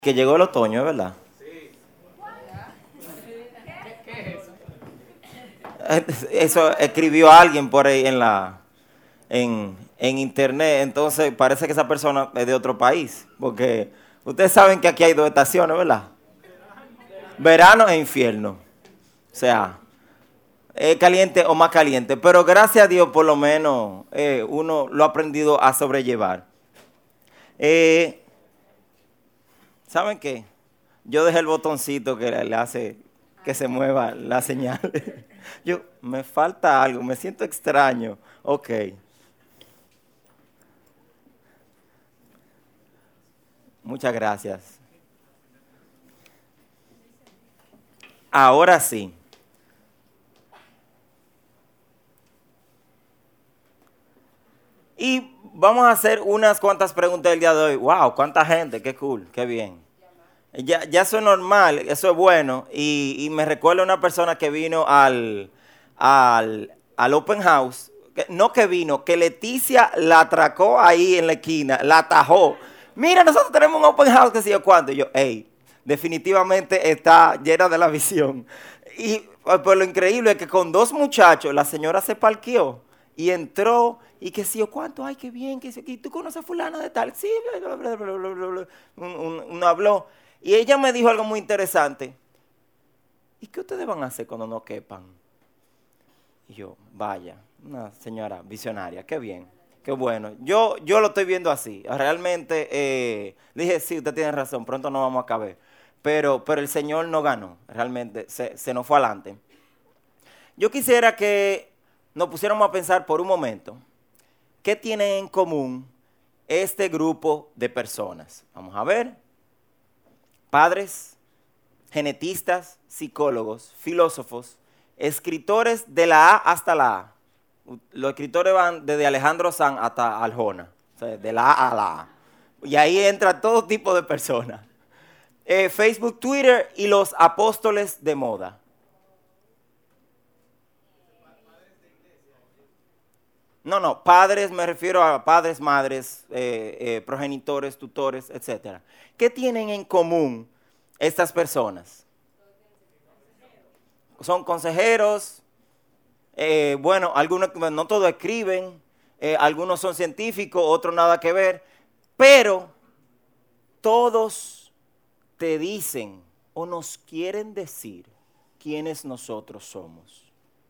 Que llegó el otoño, ¿verdad? Eso escribió alguien por ahí en internet, entonces parece que esa persona es de otro país, porque ustedes saben que aquí hay dos estaciones, ¿verdad? Verano e invierno. O sea, es caliente o más caliente, pero gracias a Dios por lo menos uno lo ha aprendido a sobrellevar. Eh, ¿Saben qué? Yo dejé el botoncito que le hace que se mueva la señal. Me falta algo, me siento extraño. Ok. Muchas gracias. Ahora sí. Y vamos a hacer unas cuantas preguntas el día de hoy. Wow, cuánta gente, qué cool, qué bien. Ya eso es normal, eso es bueno. Y me recuerda una persona que vino al Open House. No que vino, que Leticia la atracó ahí en la esquina, la atajó. Mira, nosotros tenemos un Open House que sé yo cuánto. Y yo, hey, definitivamente está llena de la visión. Y pues lo increíble es que con dos muchachos la señora se parqueó y entró y que sí yo cuánto, ay, qué bien, que sí, ¿tú conoces a fulana de tal? Sí, bla, bla, bla, bla, bla, bla. Uno habló. Y ella me dijo algo muy interesante. ¿Y qué ustedes van a hacer cuando no quepan? Y yo, vaya, una señora visionaria, qué bien, qué bueno. Yo lo estoy viendo así. Realmente, dije, sí, usted tiene razón, pronto no vamos a caber. Pero el Señor no ganó, realmente, se nos fue adelante. Yo quisiera que nos pusiéramos a pensar por un momento, ¿qué tienen en común este grupo de personas? Vamos a ver. Padres, genetistas, psicólogos, filósofos, escritores de la A hasta la A. Los escritores van desde Alejandro Sanz hasta Arjona, o sea, de la A a la A. Y ahí entra todo tipo de personas. Facebook, Twitter y los apóstoles de moda. No, padres, me refiero a padres, madres, progenitores, tutores, etcétera. ¿Qué tienen en común estas personas? Son consejeros, bueno, algunos, no todos escriben, algunos son científicos, otros nada que ver, pero todos te dicen o nos quieren decir quiénes nosotros somos.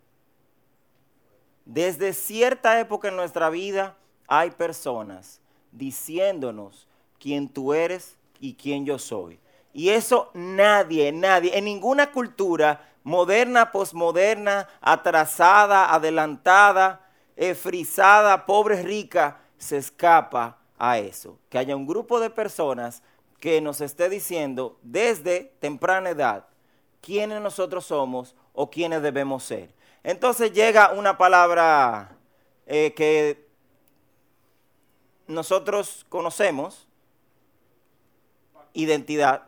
Desde cierta época en nuestra vida hay personas diciéndonos quién tú eres y quién yo soy. Y eso nadie, en ninguna cultura moderna, posmoderna, atrasada, adelantada, frisada, pobre, rica, se escapa a eso. Que haya un grupo de personas que nos esté diciendo desde temprana edad quiénes nosotros somos o quiénes debemos ser. Entonces llega una palabra que nosotros conocemos, identidad.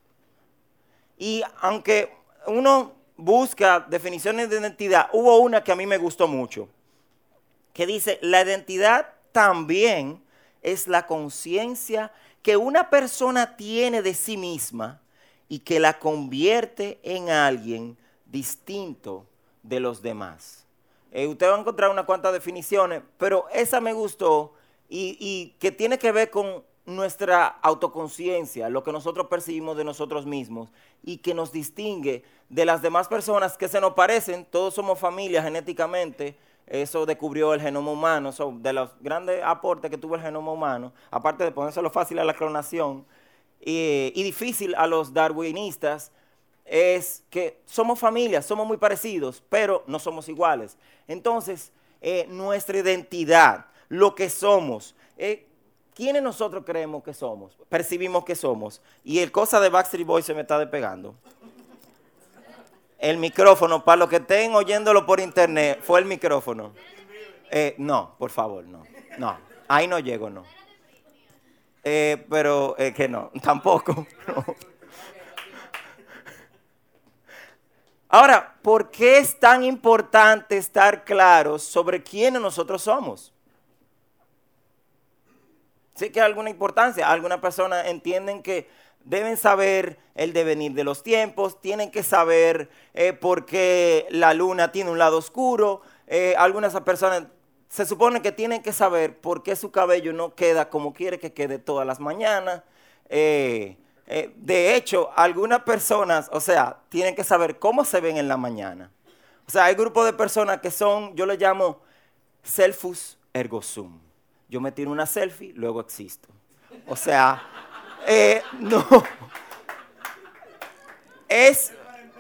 Y aunque uno busca definiciones de identidad, hubo una que a mí me gustó mucho, que dice, la identidad también es la conciencia que una persona tiene de sí misma y que la convierte en alguien distinto de los demás. Usted va a encontrar unas cuantas definiciones, pero esa me gustó y que tiene que ver con nuestra autoconciencia, lo que nosotros percibimos de nosotros mismos y que nos distingue de las demás personas que se nos parecen. Todos somos familia genéticamente. Eso descubrió el genoma humano, de los grandes aportes que tuvo el genoma humano, aparte de ponérselo fácil a la clonación y difícil a los darwinistas, es que somos familias, somos muy parecidos, pero no somos iguales. Entonces, nuestra identidad, lo que somos, ¿quiénes nosotros creemos que somos? Percibimos que somos. Y el cosa de Backstreet Boys se me está despegando. El micrófono, para los que estén oyéndolo por internet, fue el micrófono. No, por favor, no. No, ahí no llego, no. Pero que no, tampoco. No. Ahora, ¿por qué es tan importante estar claros sobre quiénes nosotros somos? Sí que hay alguna importancia. Algunas personas entienden que Deben saber el devenir de los tiempos, tienen que saber por qué la luna tiene un lado oscuro. Algunas personas se supone que tienen que saber por qué su cabello no queda como quiere que quede todas las mañanas. De hecho, algunas personas, o sea, tienen que saber cómo se ven en la mañana. O sea, hay grupos de personas que son, yo les llamo selfus ergo sum. Yo me tiro una selfie, luego existo. O sea, no. Es,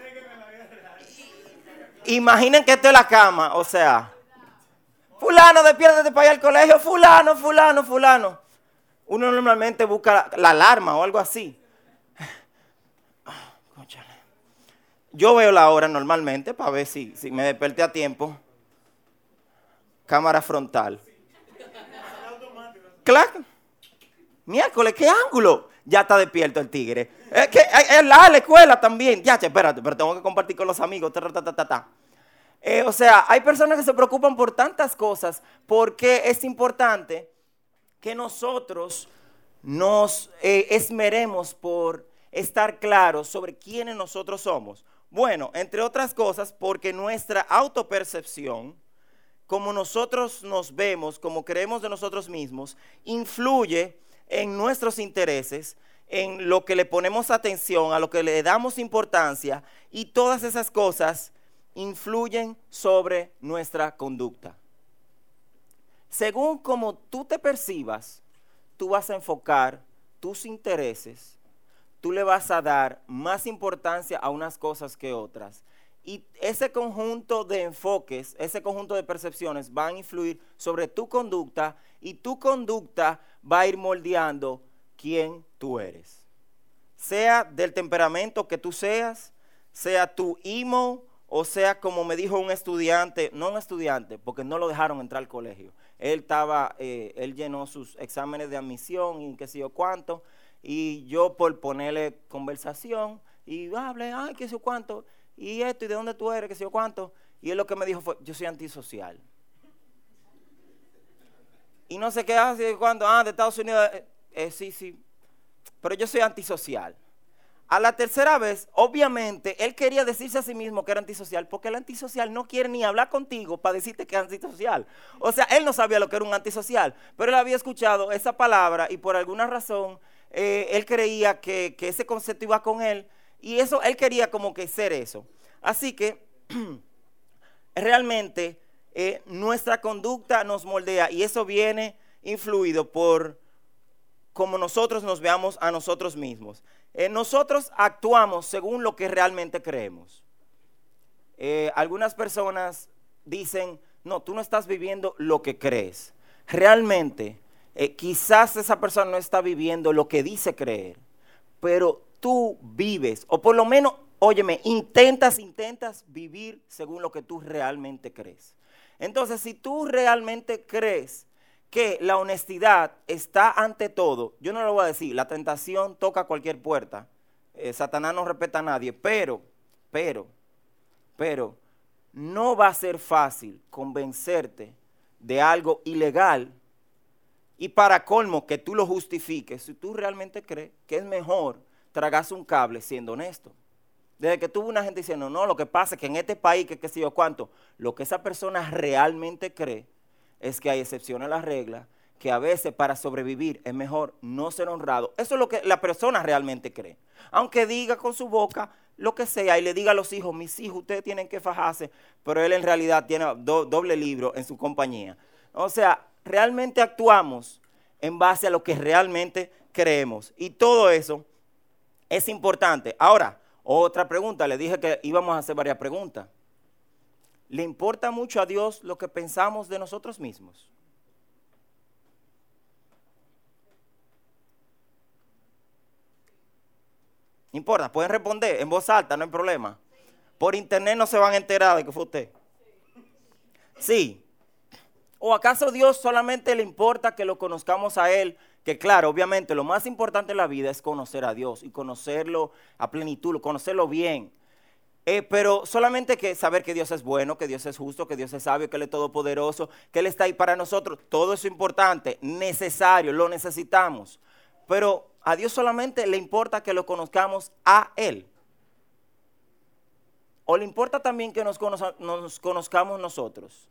imaginen que esto es la cama, o sea, fulano, despiértate para ir al colegio, fulano, fulano, fulano. Uno normalmente busca la alarma o algo así. Yo veo la hora normalmente para ver si me desperté a tiempo. Cámara frontal. Clac. Miércoles, ¿qué ángulo? Ya está despierto el tigre. Es que es la escuela también. Ya, espérate, pero tengo que compartir con los amigos. O sea, hay personas que se preocupan por tantas cosas porque es importante que nosotros nos esmeremos por estar claros sobre quiénes nosotros somos. Bueno, entre otras cosas, porque nuestra autopercepción, como nosotros nos vemos, como creemos de nosotros mismos, influye en nuestros intereses, en lo que le ponemos atención, a lo que le damos importancia, y todas esas cosas influyen sobre nuestra conducta. Según como tú te percibas, tú vas a enfocar tus intereses, tú le vas a dar más importancia a unas cosas que otras. Y ese conjunto de enfoques, ese conjunto de percepciones van a influir sobre tu conducta y tu conducta va a ir moldeando quién tú eres. Sea del temperamento que tú seas, sea tu emo o sea como me dijo un estudiante, no un estudiante porque no lo dejaron entrar al colegio. Él llenó sus exámenes de admisión y qué sé yo cuánto. Y yo por ponerle conversación y hable, ay, qué sé yo cuánto, y esto, y de dónde tú eres, qué sé yo cuánto. Y él lo que me dijo fue, yo soy antisocial. Y no sé qué hace cuando, de Estados Unidos, sí, pero yo soy antisocial. A la tercera vez, obviamente, él quería decirse a sí mismo que era antisocial, porque el antisocial no quiere ni hablar contigo para decirte que es antisocial. O sea, él no sabía lo que era un antisocial, pero él había escuchado esa palabra y por alguna razón él creía que ese concepto iba con él y eso, él quería como que ser eso. Así que realmente nuestra conducta nos moldea y eso viene influido por cómo nosotros nos veamos a nosotros mismos. Nosotros actuamos según lo que realmente creemos. Algunas personas dicen, no, tú no estás viviendo lo que crees. Realmente, quizás esa persona no está viviendo lo que dice creer, pero tú vives, o por lo menos, óyeme, intentas vivir según lo que tú realmente crees. Entonces, si tú realmente crees que la honestidad está ante todo, yo no lo voy a decir, la tentación toca cualquier puerta, Satanás no respeta a nadie, pero, no va a ser fácil convencerte de algo ilegal y para colmo que tú lo justifiques, si tú realmente crees que es mejor tragarse un cable siendo honesto. Desde que tuvo una gente diciendo, no, lo que pasa es que en este país, que qué sé yo cuánto, lo que esa persona realmente cree es que hay excepciones a la regla, que a veces para sobrevivir es mejor no ser honrado. Eso es lo que la persona realmente cree. Aunque diga con su boca lo que sea y le diga a los hijos, mis hijos, ustedes tienen que fajarse, pero él en realidad tiene doble libro en su compañía. O sea, realmente actuamos en base a lo que realmente creemos. Y todo eso es importante. Ahora, otra pregunta, le dije que íbamos a hacer varias preguntas. ¿Le importa mucho a Dios lo que pensamos de nosotros mismos? No importa, pueden responder en voz alta, no hay problema. Por internet no se van a enterar de que fue usted. Sí. ¿O acaso Dios solamente le importa que lo conozcamos a Él? Que claro, obviamente lo más importante en la vida es conocer a Dios y conocerlo a plenitud, conocerlo bien. Pero solamente que saber que Dios es bueno, que Dios es justo, que Dios es sabio, que Él es todopoderoso, que Él está ahí para nosotros. Todo eso es importante, necesario, lo necesitamos. Pero A Dios solamente le importa que lo conozcamos a Él. ¿O le importa también que nos conozcamos nosotros?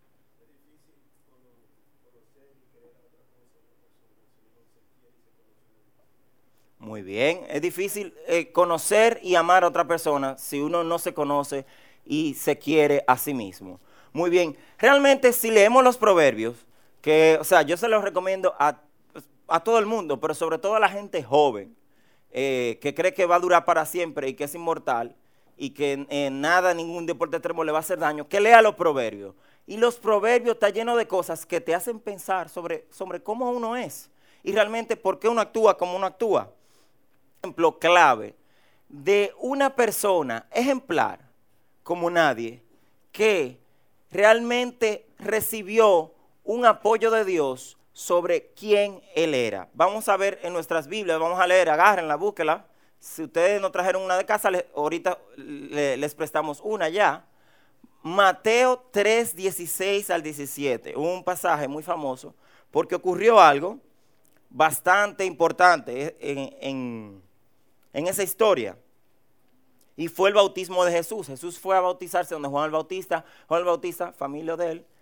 Muy bien, es difícil conocer y amar a otra persona si uno no se conoce y se quiere a sí mismo. Muy bien, realmente si leemos los proverbios, que, o sea, yo se los recomiendo a todo el mundo, pero sobre todo a la gente joven, que cree que va a durar para siempre y que es inmortal y que nada, ningún deporte extremo le va a hacer daño, que lea los proverbios. Y los proverbios están llenos de cosas que te hacen pensar sobre cómo uno es y realmente por qué uno actúa como uno actúa. Ejemplo clave de una persona ejemplar como nadie que realmente recibió un apoyo de Dios sobre quién él era. Vamos a ver en nuestras Biblias, vamos a leer, agárrenla, búsquela. Si ustedes no trajeron una de casa, ahorita les prestamos una ya. Mateo 3, 16 al 17, un pasaje muy famoso porque ocurrió algo bastante importante en esa historia. Y fue el bautismo de Jesús. Jesús fue a bautizarse donde Juan el Bautista, familia de él.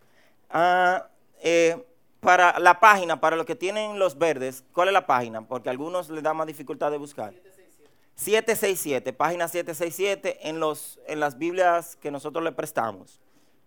Para la página, para los que tienen los verdes, ¿cuál es la página? Porque a algunos les da más dificultad de buscar. 767, página 767 en las Biblias que nosotros le prestamos.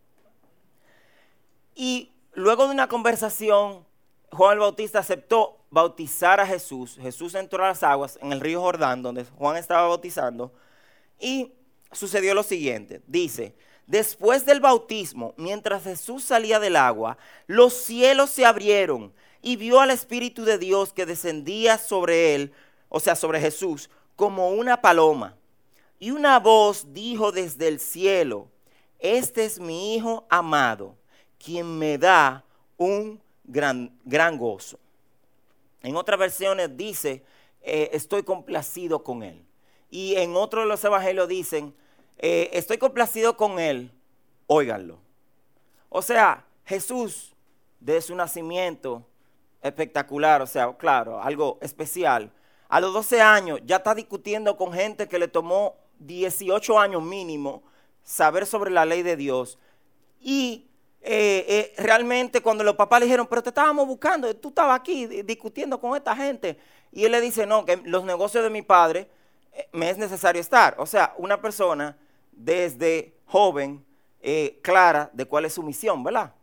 Y luego de una conversación, Juan el Bautista aceptó bautizar a Jesús. Jesús entró a las aguas en el río Jordán, donde Juan estaba bautizando. Y sucedió lo siguiente, dice, después del bautismo, mientras Jesús salía del agua, los cielos se abrieron y vio al Espíritu de Dios que descendía sobre él, o sea, sobre Jesús, como una paloma. Y una voz dijo desde el cielo, este es mi Hijo amado, quien me da un gran gozo. En otras versiones dice, estoy complacido con él. Y en otro de los evangelios dicen, estoy complacido con él, óiganlo. O sea, Jesús, de su nacimiento espectacular, o sea, claro, algo especial, a los 12 años ya está discutiendo con gente que le tomó 18 años mínimo saber sobre la ley de Dios. Y realmente cuando los papás le dijeron, pero te estábamos buscando, tú estabas aquí discutiendo con esta gente. Y él le dice, no, que los negocios de mi padre me es necesario estar. O sea, una persona desde joven clara de cuál es su misión, ¿verdad?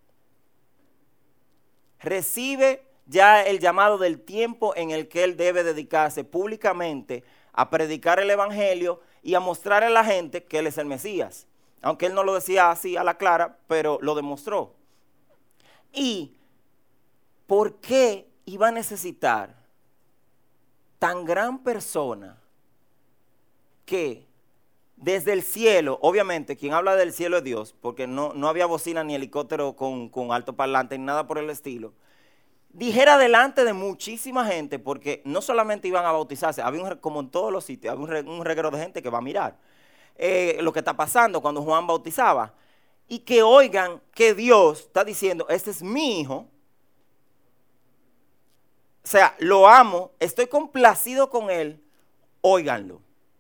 Recibe ya el llamado del tiempo en el que él debe dedicarse públicamente a predicar el evangelio y a mostrar a la gente que él es el Mesías. Aunque él no lo decía así a la clara, pero lo demostró. ¿Y por qué iba a necesitar tan gran persona que desde el cielo, obviamente quien habla del cielo es Dios, porque no había bocina ni helicóptero con altoparlante ni nada por el estilo, dijera delante de muchísima gente, porque no solamente iban a bautizarse, había como en todos los sitios, había un reguero de gente que va a mirar lo que está pasando cuando Juan bautizaba, y que oigan que Dios está diciendo, este es mi hijo, o sea, lo amo, estoy complacido con él, óiganlo.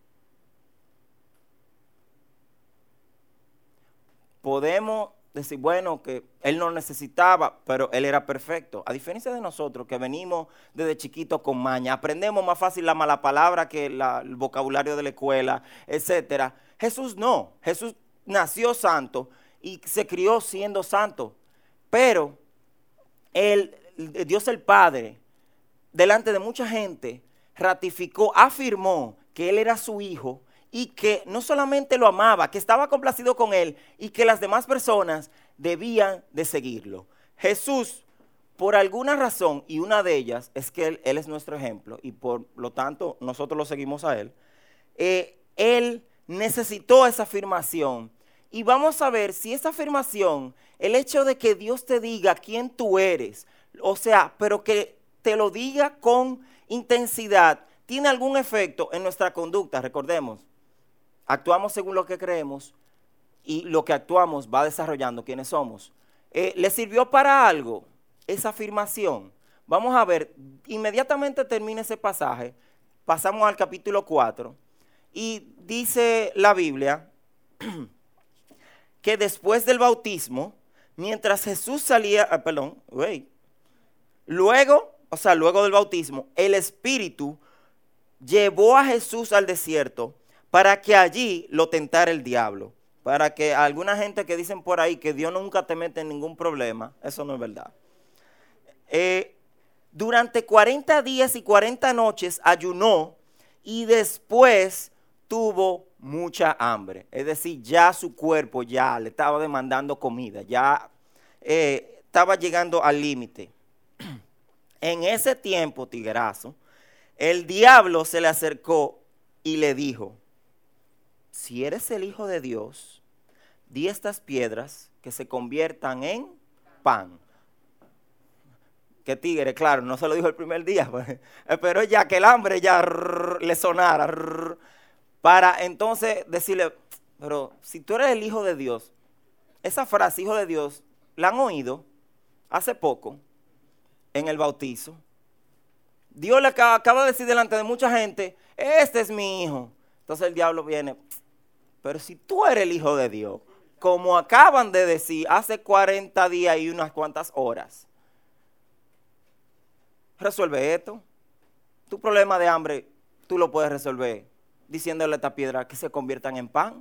Podemos decir, bueno, que él no necesitaba, pero él era perfecto. A diferencia de nosotros, que venimos desde chiquitos con maña, aprendemos más fácil la mala palabra que el vocabulario de la escuela, etcétera. Jesús no. Jesús nació santo y se crió siendo santo. Pero Dios el Padre, delante de mucha gente, ratificó, afirmó que él era su hijo, y que no solamente lo amaba, que estaba complacido con él y que las demás personas debían de seguirlo. Jesús, por alguna razón, y una de ellas es que él es nuestro ejemplo y por lo tanto nosotros lo seguimos a él, él necesitó esa afirmación. Y vamos a ver si esa afirmación, el hecho de que Dios te diga quién tú eres, o sea, pero que te lo diga con intensidad, tiene algún efecto en nuestra conducta. Recordemos, actuamos según lo que creemos y lo que actuamos va desarrollando quiénes somos. ¿Le sirvió para algo esa afirmación? vamos a ver, inmediatamente termina ese pasaje, pasamos al capítulo 4 y dice la Biblia que después del bautismo, mientras Jesús salía, luego del bautismo, el Espíritu llevó a Jesús al desierto para que allí lo tentara el diablo. Para que alguna gente que dicen por ahí que Dios nunca te mete en ningún problema, eso no es verdad. Durante 40 días y 40 noches ayunó y después tuvo mucha hambre. Es decir, ya su cuerpo ya le estaba demandando comida, ya estaba llegando al límite. En ese tiempo, tiguerazo, el diablo se le acercó y le dijo: si eres el Hijo de Dios, di estas piedras que se conviertan en pan. Que tigre, claro, no se lo dijo el primer día, pero ya que el hambre ya le sonara, para entonces decirle, pero si tú eres el Hijo de Dios, esa frase, Hijo de Dios, la han oído hace poco en el bautizo. Dios le acaba de decir delante de mucha gente, este es mi hijo. Entonces el diablo viene, pero si tú eres el Hijo de Dios, como acaban de decir hace 40 días y unas cuantas horas, resuelve esto. Tu problema de hambre, tú lo puedes resolver diciéndole a esta piedra que se conviertan en pan.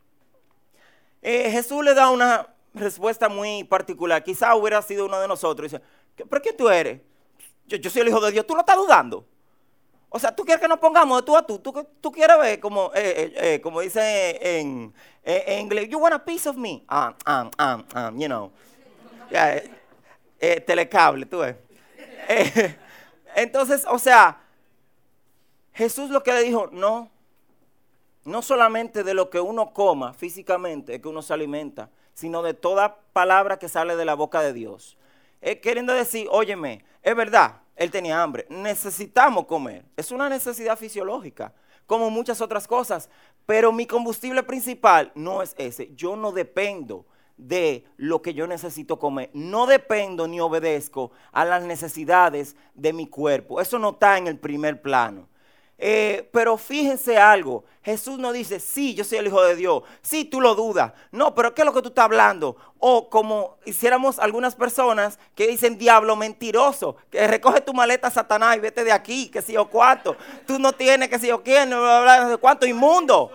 Jesús le da una respuesta muy particular. Quizá hubiera sido uno de nosotros. Dice, ¿pero qué tú eres? Yo soy el Hijo de Dios. ¿Tú no estás dudando? O sea, ¿tú quieres que nos pongamos de tú a tú? ¿Tú quieres ver como dice en inglés? You want a piece of me? You know. Telecable, tú ves. Entonces, o sea, Jesús lo que le dijo, no solamente de lo que uno coma físicamente es que uno se alimenta, sino de toda palabra que sale de la boca de Dios. Queriendo decir, óyeme, es verdad, él tenía hambre, necesitamos comer, es una necesidad fisiológica, como muchas otras cosas, pero mi combustible principal no es ese. Yo no dependo de lo que yo necesito comer, no dependo ni obedezco a las necesidades de mi cuerpo, eso no está en el primer plano. Pero fíjense algo, Jesús no dice, sí, yo soy el Hijo de Dios, sí, tú lo dudas, no, pero ¿qué es lo que tú estás hablando? O como hiciéramos algunas personas que dicen, diablo mentiroso, que recoge tu maleta, Satanás, y vete de aquí, que si yo cuánto, tú no tienes que si yo quién, no sé cuánto, inmundo.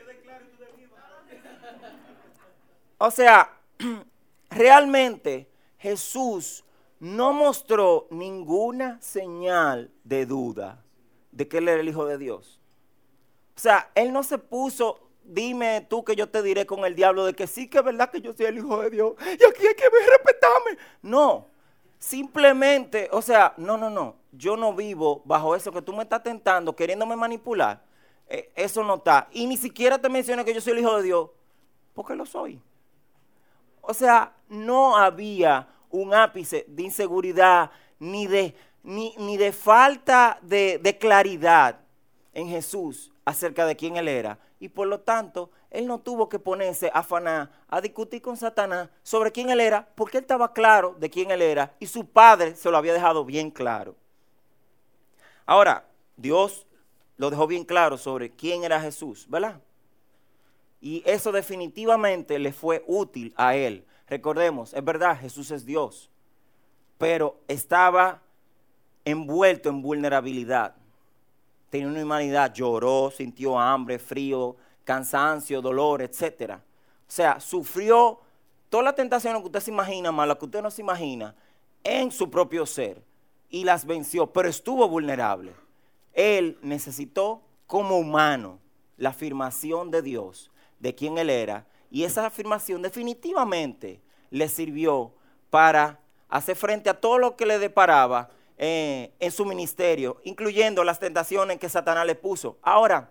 O sea, realmente Jesús no mostró ninguna señal de duda de que él era el Hijo de Dios. O sea, él no se puso, dime tú que yo te diré con el diablo de que sí, que es verdad que yo soy el Hijo de Dios y aquí hay que respetarme. No, simplemente, o sea, no, yo no vivo bajo eso que tú me estás tentando, queriéndome manipular. Eso no está. Y ni siquiera te menciona que yo soy el Hijo de Dios, porque lo soy. O sea, no había un ápice de inseguridad ni de falta de claridad en Jesús acerca de quién él era. Y por lo tanto, él no tuvo que ponerse a afanar, a discutir con Satanás sobre quién él era, porque él estaba claro de quién él era y su padre se lo había dejado bien claro. Ahora, Dios lo dejó bien claro sobre quién era Jesús, ¿verdad? Y eso definitivamente le fue útil a él. Recordemos, es verdad, Jesús es Dios, pero estaba envuelto en vulnerabilidad. Tenía una humanidad, lloró, sintió hambre, frío, cansancio, dolor, etc. O sea, sufrió todas las tentaciones que usted se imagina, más las que usted no se imagina, en su propio ser. Y las venció, pero estuvo vulnerable. Él necesitó, como humano, la afirmación de Dios, de quién él era. Y esa afirmación definitivamente le sirvió para hacer frente a todo lo que le deparaba en su ministerio, incluyendo las tentaciones que Satanás le puso. Ahora,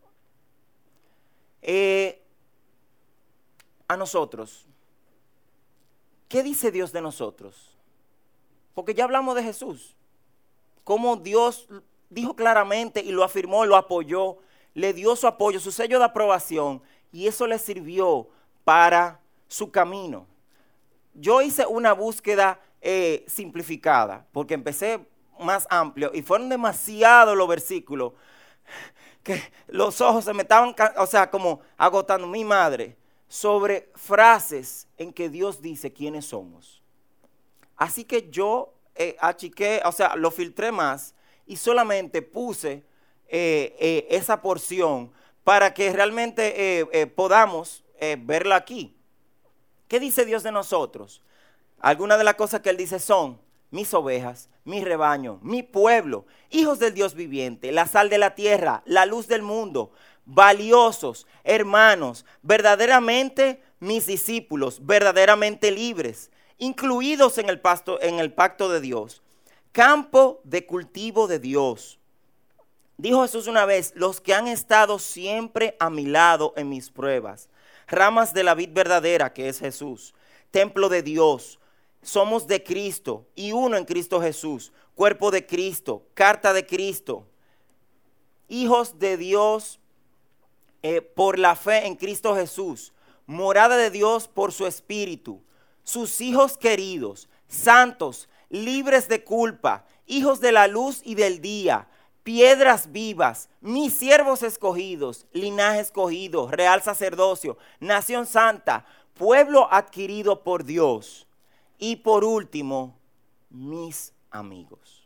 a nosotros, ¿qué dice Dios de nosotros? Porque ya hablamos de Jesús, cómo Dios dijo claramente y lo afirmó, lo apoyó, le dio su apoyo, su sello de aprobación, y eso le sirvió para su camino. Yo hice una búsqueda simplificada, porque empecé más amplio y fueron demasiados los versículos que los ojos se me estaban, como agotando. Mi madre, sobre frases en que Dios dice quiénes somos. Así que yo achiqué, lo filtré más y solamente puse esa porción para que realmente podamos verla aquí. ¿Qué dice Dios de nosotros? Algunas de las cosas que Él dice son: mis ovejas, mi rebaño, mi pueblo, hijos del Dios viviente, la sal de la tierra, la luz del mundo, valiosos, hermanos, verdaderamente mis discípulos, verdaderamente libres, incluidos en el pacto de Dios, campo de cultivo de Dios. Dijo Jesús una vez: los que han estado siempre a mi lado en mis pruebas, ramas de la vid verdadera que es Jesús, templo de Dios. Somos de Cristo y uno en Cristo Jesús, cuerpo de Cristo, carta de Cristo, hijos de Dios por la fe en Cristo Jesús, morada de Dios por su Espíritu, sus hijos queridos, santos, libres de culpa, hijos de la luz y del día, piedras vivas, mis siervos escogidos, linaje escogido, real sacerdocio, nación santa, pueblo adquirido por Dios. Y por último, mis amigos.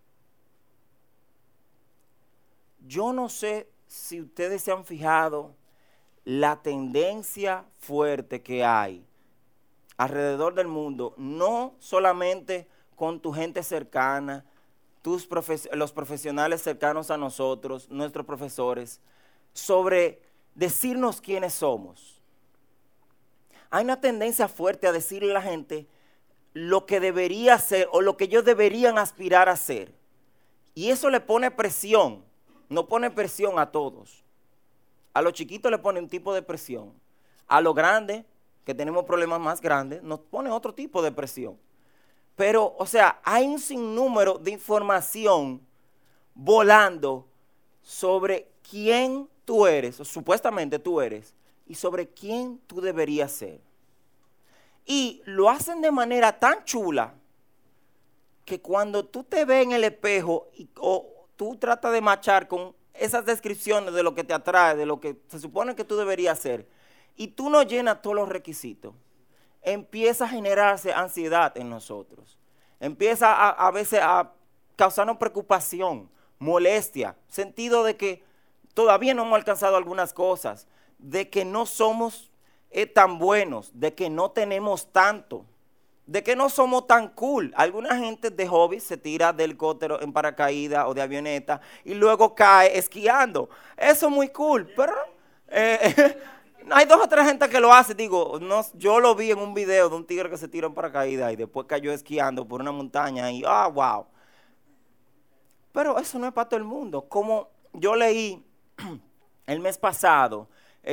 Yo no sé si ustedes se han fijado la tendencia fuerte que hay alrededor del mundo, no solamente con tu gente cercana, los profesionales cercanos a nosotros, nuestros profesores, sobre decirnos quiénes somos. Hay una tendencia fuerte a decirle a la gente lo que debería ser o lo que ellos deberían aspirar a ser. Y eso le pone presión, no pone presión a todos. A los chiquitos le pone un tipo de presión. A los grandes, que tenemos problemas más grandes, nos pone otro tipo de presión. Pero, hay un sinnúmero de información volando sobre quién tú eres, o supuestamente tú eres, y sobre quién tú deberías ser. Y lo hacen de manera tan chula que cuando tú te ves en el espejo o tú tratas de machar con esas descripciones de lo que te atrae, de lo que se supone que tú deberías ser, y tú no llenas todos los requisitos, empieza a generarse ansiedad en nosotros. Empieza a veces a causarnos preocupación, molestia, sentido de que todavía no hemos alcanzado algunas cosas, de que no somos tan buenos, de que no tenemos tanto, de que no somos tan cool. Alguna gente de hobby se tira de helicóptero en paracaídas o de avioneta y luego cae esquiando. Eso es muy cool, pero hay 2 o 3 gente que lo hace. Digo, no, yo lo vi en un video de un tigre que se tiró en paracaídas y después cayó esquiando por una montaña y wow. Pero eso no es para todo el mundo. Como yo leí el mes pasado,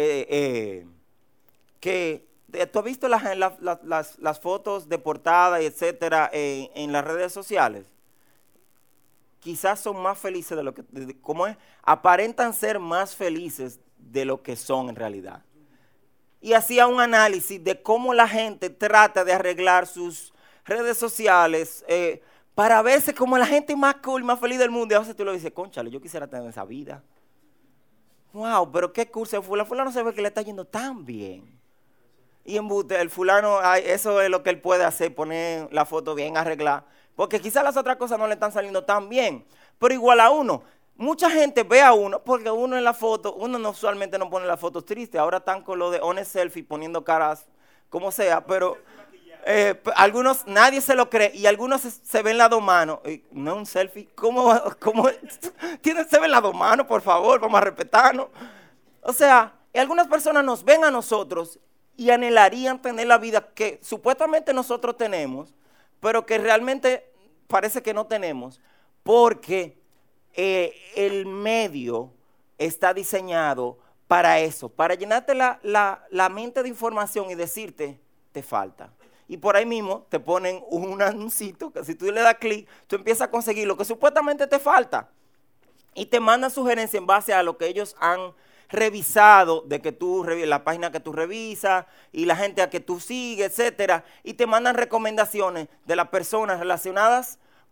que tú has visto las fotos de portada y etcétera en las redes sociales. Quizás son más felices de lo que, ¿cómo es? Aparentan ser más felices de lo que son en realidad. Y hacía un análisis de cómo la gente trata de arreglar sus redes sociales para verse como la gente más cool, más feliz del mundo. Y a veces tú lo dices: cónchale, yo quisiera tener esa vida. Wow, pero qué curso. Fulano se ve que le está yendo tan bien. Y el fulano, eso es lo que él puede hacer, poner la foto bien arreglada. Porque quizás las otras cosas no le están saliendo tan bien. Pero igual a uno. Mucha gente ve a uno, porque uno en la foto, uno no usualmente no pone las fotos tristes. Ahora están con lo de honest selfie, poniendo caras, como sea. Pero algunos, nadie se lo cree. Y algunos se ven las 2 manos. No un selfie. ¿Cómo se ven las 2 manos, por favor? Vamos a respetarnos. Y algunas personas nos ven a nosotros y anhelarían tener la vida que supuestamente nosotros tenemos, pero que realmente parece que no tenemos, porque el medio está diseñado para eso, para llenarte la mente de información y decirte: te falta. Y por ahí mismo te ponen un anuncito que si tú le das clic, tú empiezas a conseguir lo que supuestamente te falta. Y te mandan sugerencias en base a lo que ellos han revisado, de que tú, la página que tú revisas y la gente a que tú sigues, etcétera. Y te mandan recomendaciones de las personas relacionadas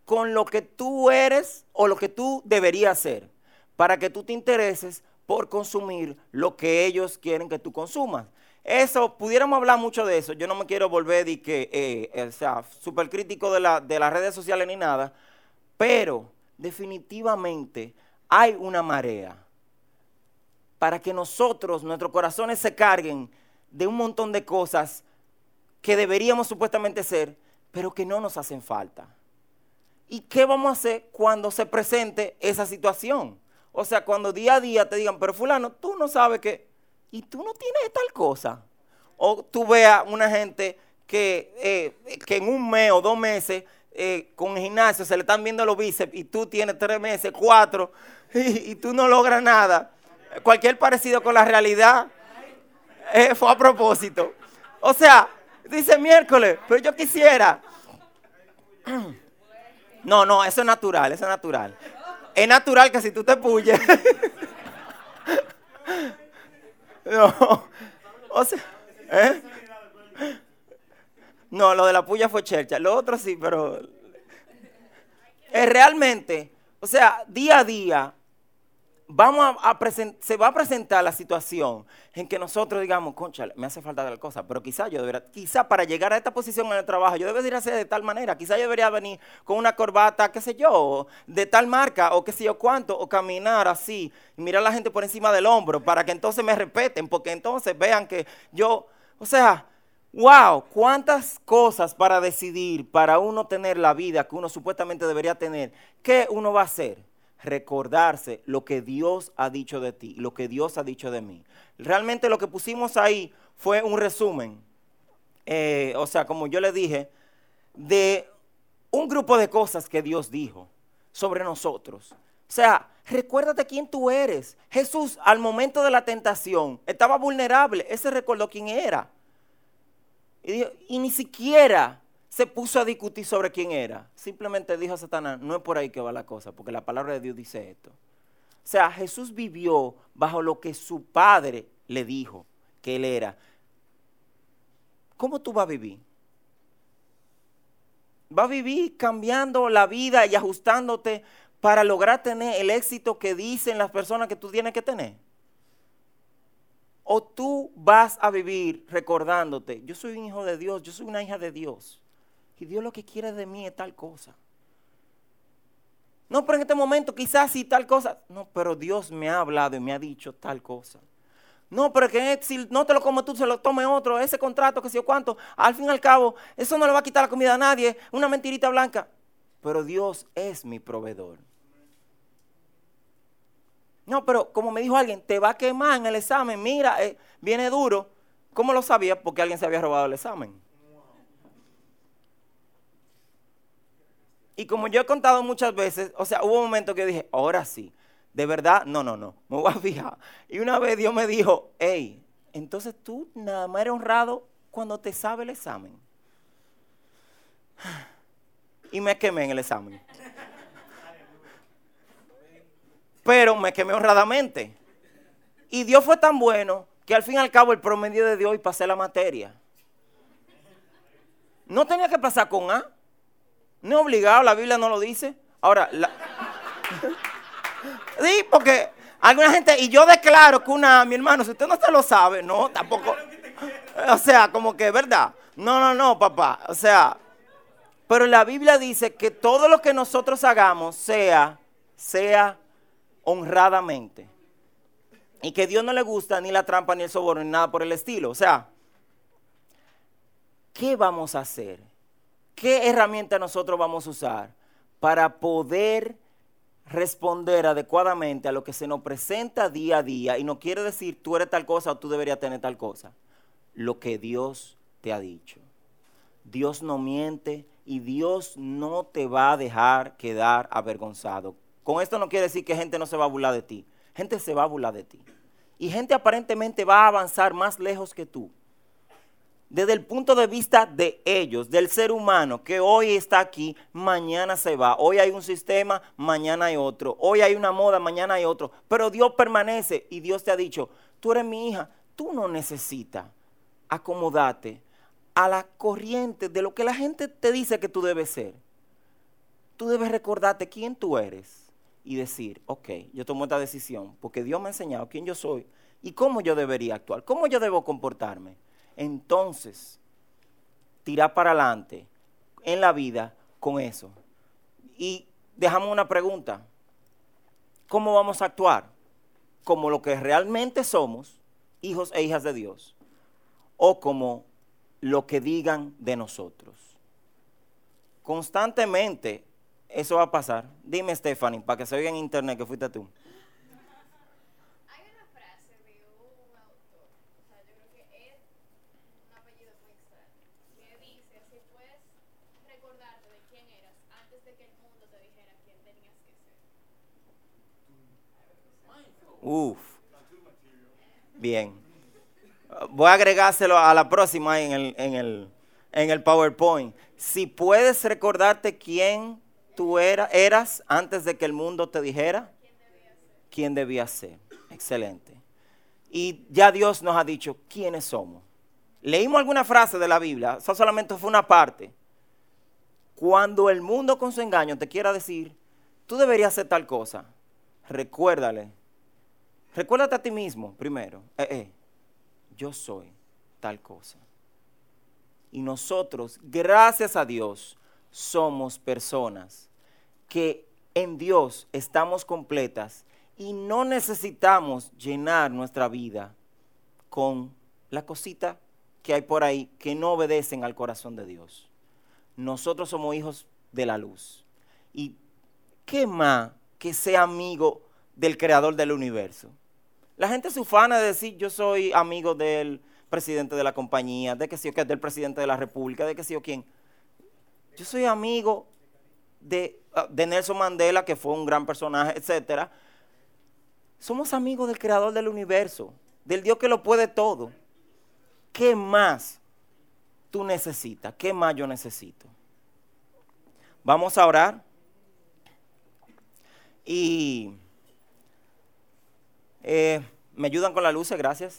con lo que tú eres o lo que tú deberías ser, para que tú te intereses por consumir lo que ellos quieren que tú consumas. Eso, pudiéramos hablar mucho de eso. Yo no me quiero volver súper crítico de las redes sociales ni nada, pero definitivamente hay una marea para que nuestros corazones se carguen de un montón de cosas que deberíamos supuestamente ser, pero que no nos hacen falta. ¿Y qué vamos a hacer cuando se presente esa situación? O sea, cuando día a día te digan, pero fulano, tú no sabes que, y tú no tienes tal cosa. O tú veas una gente que en un mes o 2 meses con el gimnasio se le están viendo los bíceps y tú tienes 3 meses, 4 y tú no logras nada. Cualquier parecido con la realidad fue a propósito. O sea, dice miércoles, pero yo quisiera. No, eso es natural, eso es natural. Es natural que si tú te puyes. No, o sea, ¿eh? No, lo de la puya fue chercha, lo otro sí, pero realmente, o sea, día a día se va a presentar la situación en que nosotros digamos, concha, me hace falta tal cosa, pero quizá para llegar a esta posición en el trabajo, yo debería hacer de tal manera, quizá yo debería venir con una corbata, qué sé yo, de tal marca, o qué sé yo cuánto, o caminar así, y mirar a la gente por encima del hombro, para que entonces me respeten, porque entonces vean que yo, o sea, wow, cuántas cosas para decidir, para uno tener la vida que uno supuestamente debería tener. ¿Qué uno va a hacer? Recordarse lo que Dios ha dicho de ti, lo que Dios ha dicho de mí. Realmente lo que pusimos ahí fue un resumen, o sea, como yo le dije, de un grupo de cosas que Dios dijo sobre nosotros. O sea, recuérdate quién tú eres. Jesús, al momento de la tentación, estaba vulnerable. Él se recordó quién era. Y ni siquiera se puso a discutir sobre quién era. Simplemente dijo a Satanás, no es por ahí que va la cosa, porque la palabra de Dios dice esto. O sea, Jesús vivió bajo lo que su padre le dijo que él era. ¿Cómo tú vas a vivir? ¿Vas a vivir cambiando la vida y ajustándote para lograr tener el éxito que dicen las personas que tú tienes que tener? ¿O tú vas a vivir recordándote, yo soy un hijo de Dios, yo soy una hija de Dios, y Dios lo que quiere de mí es tal cosa? No, pero en este momento quizás sí tal cosa. No, pero Dios me ha hablado y me ha dicho tal cosa. No, pero que si no te lo comes tú, se lo tome otro, ese contrato que sé yo cuánto, al fin y al cabo, eso no le va a quitar la comida a nadie, una mentirita blanca. Pero Dios es mi proveedor. No, pero como me dijo alguien, te va a quemar en el examen, mira, viene duro. ¿Cómo lo sabía? Porque alguien se había robado el examen. Y como yo he contado muchas veces, o sea, hubo un momento que yo dije, ahora sí, de verdad, no, me voy a fijar. Y una vez Dios me dijo, hey, entonces tú nada más eres honrado cuando te sabe el examen. Y me quemé en el examen. Pero me quemé honradamente. Y Dios fue tan bueno que al fin y al cabo el promedio de Dios y pasé la materia. No tenía que pasar con A. No es obligado, la Biblia no lo dice. Ahora, sí, porque alguna gente, y yo declaro que mi hermano, si usted no se lo sabe, no, tampoco. O sea, como que es verdad. No, papá. O sea, pero la Biblia dice que todo lo que nosotros hagamos sea honradamente. Y que a Dios no le gusta ni la trampa, ni el soborno, ni nada por el estilo. O sea, ¿qué vamos a hacer? ¿Qué herramienta nosotros vamos a usar para poder responder adecuadamente a lo que se nos presenta día a día? Y no quiere decir tú eres tal cosa o tú deberías tener tal cosa. Lo que Dios te ha dicho. Dios no miente y Dios no te va a dejar quedar avergonzado. Con esto no quiere decir que gente no se va a burlar de ti. Gente se va a burlar de ti. Y gente aparentemente va a avanzar más lejos que tú. Desde el punto de vista de ellos, del ser humano, que hoy está aquí, mañana se va. Hoy hay un sistema, mañana hay otro. Hoy hay una moda, mañana hay otro. Pero Dios permanece y Dios te ha dicho, tú eres mi hija, tú no necesitas acomodarte a la corriente de lo que la gente te dice que tú debes ser. tú debes recordarte quién tú eres y decir, ok, yo tomo esta decisión porque Dios me ha enseñado quién yo soy y cómo yo debería actuar, cómo yo debo comportarme. Entonces, tirar para adelante en la vida con eso. Y dejamos una pregunta. ¿Cómo vamos a actuar? ¿Como lo que realmente somos, hijos e hijas de Dios? ¿O como lo que digan de nosotros? Constantemente eso va a pasar. Dime, Stephanie, para que se oiga en internet que fuiste tú. Hay una frase de un autor, o sea, yo creo que es un apellido muy extraño, que dice, si puedes recordarte de quién eras antes de que el mundo te dijera quién tenías que ser. Uf, bien. Voy a agregárselo a la próxima en el PowerPoint. Si puedes recordarte quién tú eras antes de que el mundo te dijera quién debía ser. Excelente. Y ya Dios nos ha dicho quiénes somos. Leímos alguna frase de la Biblia, eso solamente fue una parte. Cuando el mundo con su engaño te quiera decir, tú deberías hacer tal cosa, recuérdate a ti mismo primero. Yo soy tal cosa. Y nosotros, gracias a Dios, somos personas que en Dios estamos completas y no necesitamos llenar nuestra vida con la cosita que hay por ahí que no obedecen al corazón de Dios. Nosotros somos hijos de la luz. ¿Y qué más que sea amigo del creador del universo? La gente se ufana de decir, yo soy amigo del presidente de la compañía, de que sí o que del presidente de la república, de que sí o quién. Yo soy amigo de Nelson Mandela, que fue un gran personaje, etcétera. Somos amigos del creador del universo, del Dios que lo puede todo. ¿Qué más tú necesitas? ¿Qué más yo necesito? Vamos a orar. Y me ayudan con las luces, gracias.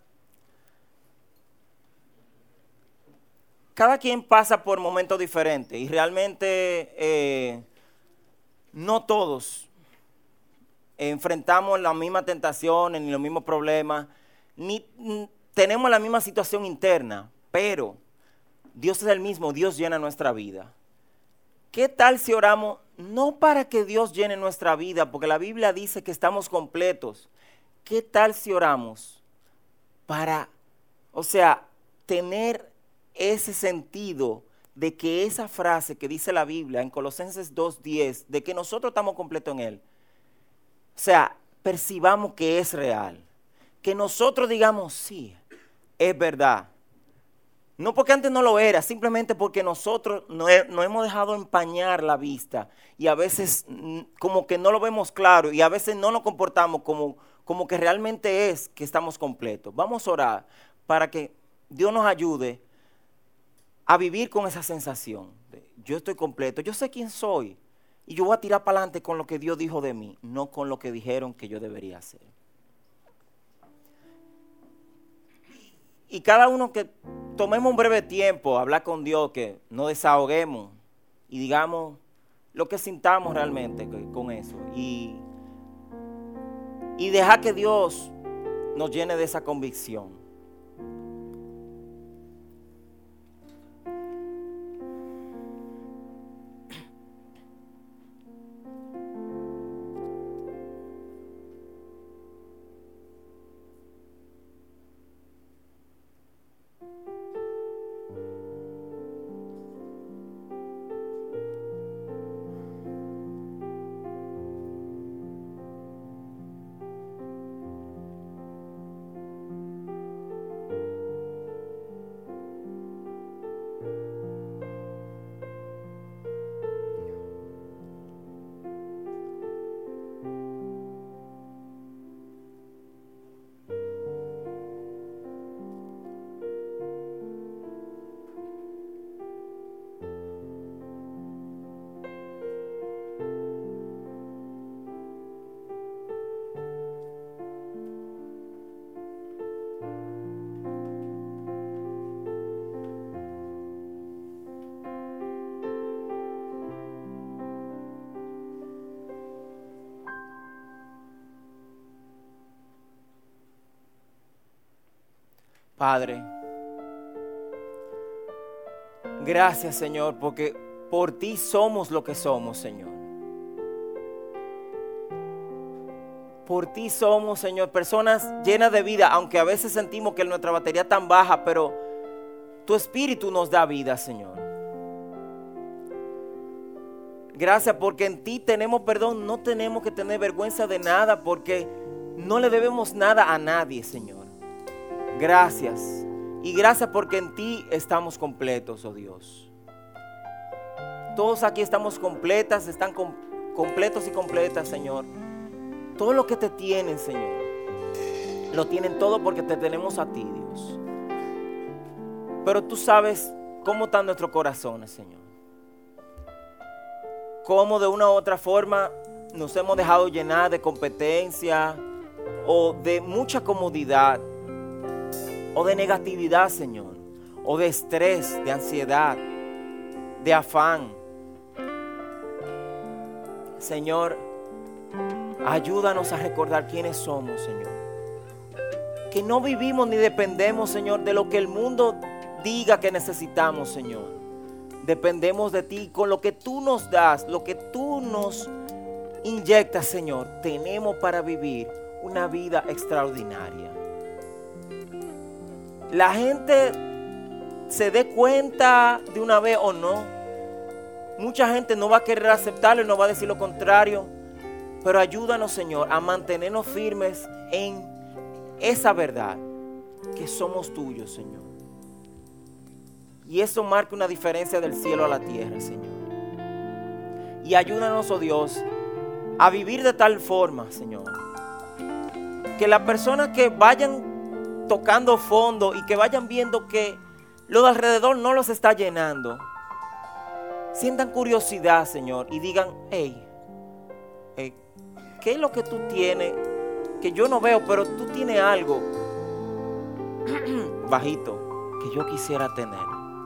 Cada quien pasa por momentos diferentes y realmente no todos enfrentamos las mismas tentaciones ni los mismos problemas, ni tenemos la misma situación interna, pero Dios es el mismo, Dios llena nuestra vida. ¿Qué tal si oramos no para que Dios llene nuestra vida, porque la Biblia dice que estamos completos? ¿Qué tal si oramos para, tener ese sentido de que esa frase que dice la Biblia en Colosenses 2:10, de que nosotros estamos completos en Él, percibamos que es real, que nosotros digamos, sí, es verdad. No porque antes no lo era, simplemente porque nosotros no hemos dejado empañar la vista y a veces como que no lo vemos claro y a veces no nos comportamos como que realmente es que estamos completos. Vamos a orar para que Dios nos ayude a vivir con esa sensación de yo estoy completo, yo sé quién soy y yo voy a tirar para adelante con lo que Dios dijo de mí, no con lo que dijeron que yo debería hacer. Y cada uno que tomemos un breve tiempo a hablar con Dios, que nos desahoguemos y digamos lo que sintamos realmente con eso. Y dejar que Dios nos llene de esa convicción. Padre, gracias, Señor, porque por ti somos lo que somos, Señor. Por ti somos, Señor, personas llenas de vida, aunque a veces sentimos que nuestra batería es tan baja, pero tu Espíritu nos da vida, Señor. Gracias porque en ti tenemos perdón, no tenemos que tener vergüenza de nada porque no le debemos nada a nadie, Señor. Gracias. Y gracias porque en ti estamos completos, oh Dios. Todos aquí estamos completas, están completos y completas, Señor. Todo lo que te tienen, Señor, lo tienen todo porque te tenemos a ti, Dios. Pero tú sabes cómo están nuestros corazones, Señor. Cómo de una u otra forma nos hemos dejado llenar de competencia o de mucha comodidad o de negatividad, Señor, o de estrés, de ansiedad, de afán. Señor, ayúdanos a recordar quiénes somos, Señor. Que no vivimos ni dependemos, Señor, de lo que el mundo diga que necesitamos, Señor. Dependemos de ti. Con lo que tú nos das, lo que tú nos inyectas, Señor, tenemos para vivir una vida extraordinaria. La gente se dé cuenta de una vez o no. Mucha gente no va a querer aceptarlo y no va a decir lo contrario. Pero ayúdanos, Señor, a mantenernos firmes en esa verdad, que somos tuyos, Señor. Y eso marca una diferencia del cielo a la tierra, Señor. Y ayúdanos, oh Dios, a vivir de tal forma, Señor, que las personas que vayan tocando fondo y que vayan viendo que lo de alrededor no los está llenando, sientan curiosidad, Señor, y digan, hey, ¿qué es lo que tú tienes que yo no veo, pero tú tienes algo bajito que yo quisiera tener?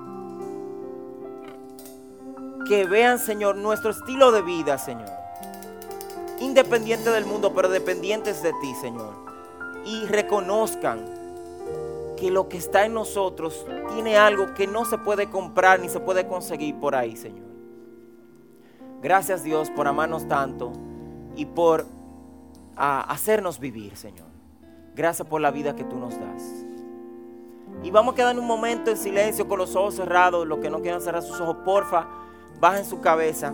Que vean, Señor, nuestro estilo de vida, Señor, independiente del mundo, pero dependientes de ti, Señor, y reconozcan que lo que está en nosotros tiene algo que no se puede comprar ni se puede conseguir por ahí, Señor. Gracias, Dios, por amarnos tanto y por hacernos vivir, Señor. Gracias por la vida que tú nos das. Y vamos a quedar un momento en silencio con los ojos cerrados. Los que no quieran cerrar sus ojos, porfa, bajen su cabeza.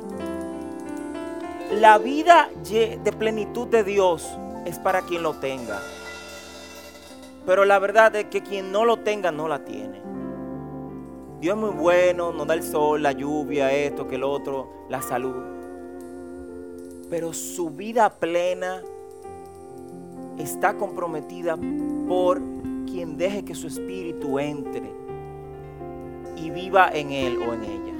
La vida de plenitud de Dios es para quien lo tenga. Pero la verdad es que quien no lo tenga no la tiene. Dios es muy bueno, nos da el sol, la lluvia, esto, que lo otro, la salud. Pero su vida plena está comprometida por quien deje que su espíritu entre y viva en él o en ella.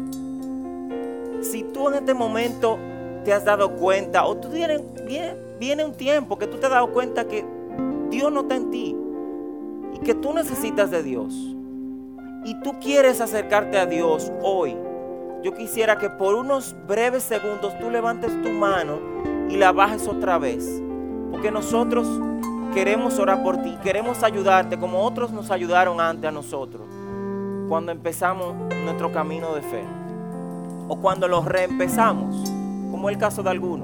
Si tú en este momento te has dado cuenta, o tú viene un tiempo que tú te has dado cuenta que Dios no está en ti y que tú necesitas de Dios y tú quieres acercarte a Dios hoy, yo quisiera que por unos breves segundos tú levantes tu mano y la bajes otra vez, porque nosotros queremos orar por ti, queremos ayudarte como otros nos ayudaron antes a nosotros cuando empezamos nuestro camino de fe o cuando lo reempezamos, como el caso de algunos.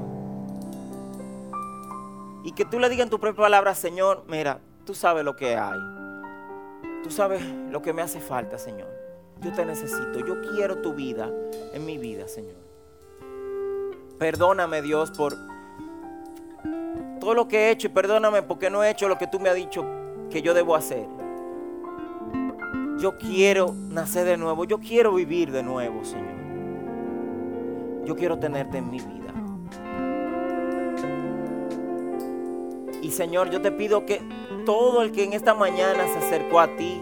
Y que tú le digas en tu propia palabra, Señor, mira, tú sabes lo que hay. Tú sabes lo que me hace falta, Señor. Yo te necesito. Yo quiero tu vida en mi vida, Señor. Perdóname, Dios, por todo lo que he hecho y perdóname porque no he hecho lo que tú me has dicho que yo debo hacer. Yo quiero nacer de nuevo. Yo quiero vivir de nuevo, Señor. Yo quiero tenerte en mi vida. Y Señor, yo te pido que todo el que en esta mañana se acercó a ti,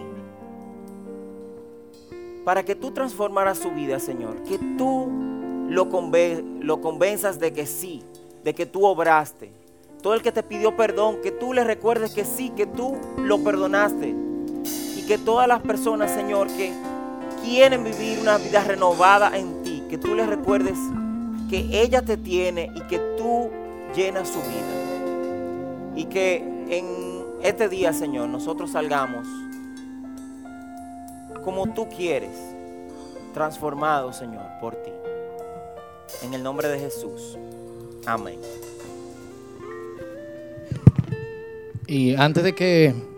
para que tú transformaras su vida, Señor, que tú lo convenzas de que sí, de que tú obraste. Todo el que te pidió perdón, que tú le recuerdes que sí, que tú lo perdonaste. Y que todas las personas, Señor, que quieren vivir una vida renovada en ti, que tú les recuerdes que ella te tiene y que tú llenas su vida. Y que este día, Señor, nosotros salgamos como tú quieres, transformados, Señor, por ti. En el nombre de Jesús. Amén. Y antes de que